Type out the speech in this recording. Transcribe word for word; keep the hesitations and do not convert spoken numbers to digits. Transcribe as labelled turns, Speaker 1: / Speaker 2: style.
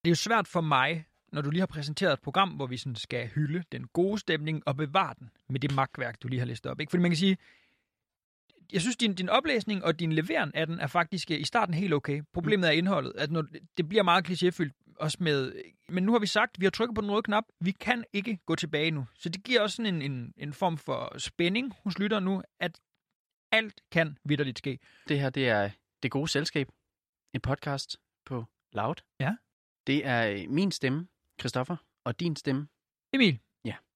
Speaker 1: Det er jo svært for mig, når du lige har præsenteret et program, hvor vi sådan skal hylde den gode stemning og bevare den med det magtværk, du lige har listet op. Ikke? Fordi man kan sige, jeg synes, din, din oplæsning og din leveren af den er faktisk i starten helt okay. Problemet er indholdet. At når, det bliver meget klichéfyldt også med... Men nu har vi sagt, vi har trykket på den røde knap. Vi kan ikke gå tilbage nu. Så det giver også sådan en, en, en form for spænding hos lytteren nu, at alt kan vitterligt ske.
Speaker 2: Det her, det er Det Gode Selskab. En podcast på Loud.
Speaker 1: Ja.
Speaker 2: Det er min stemme, Christoffer, og din stemme.
Speaker 1: Emil.
Speaker 2: Ja.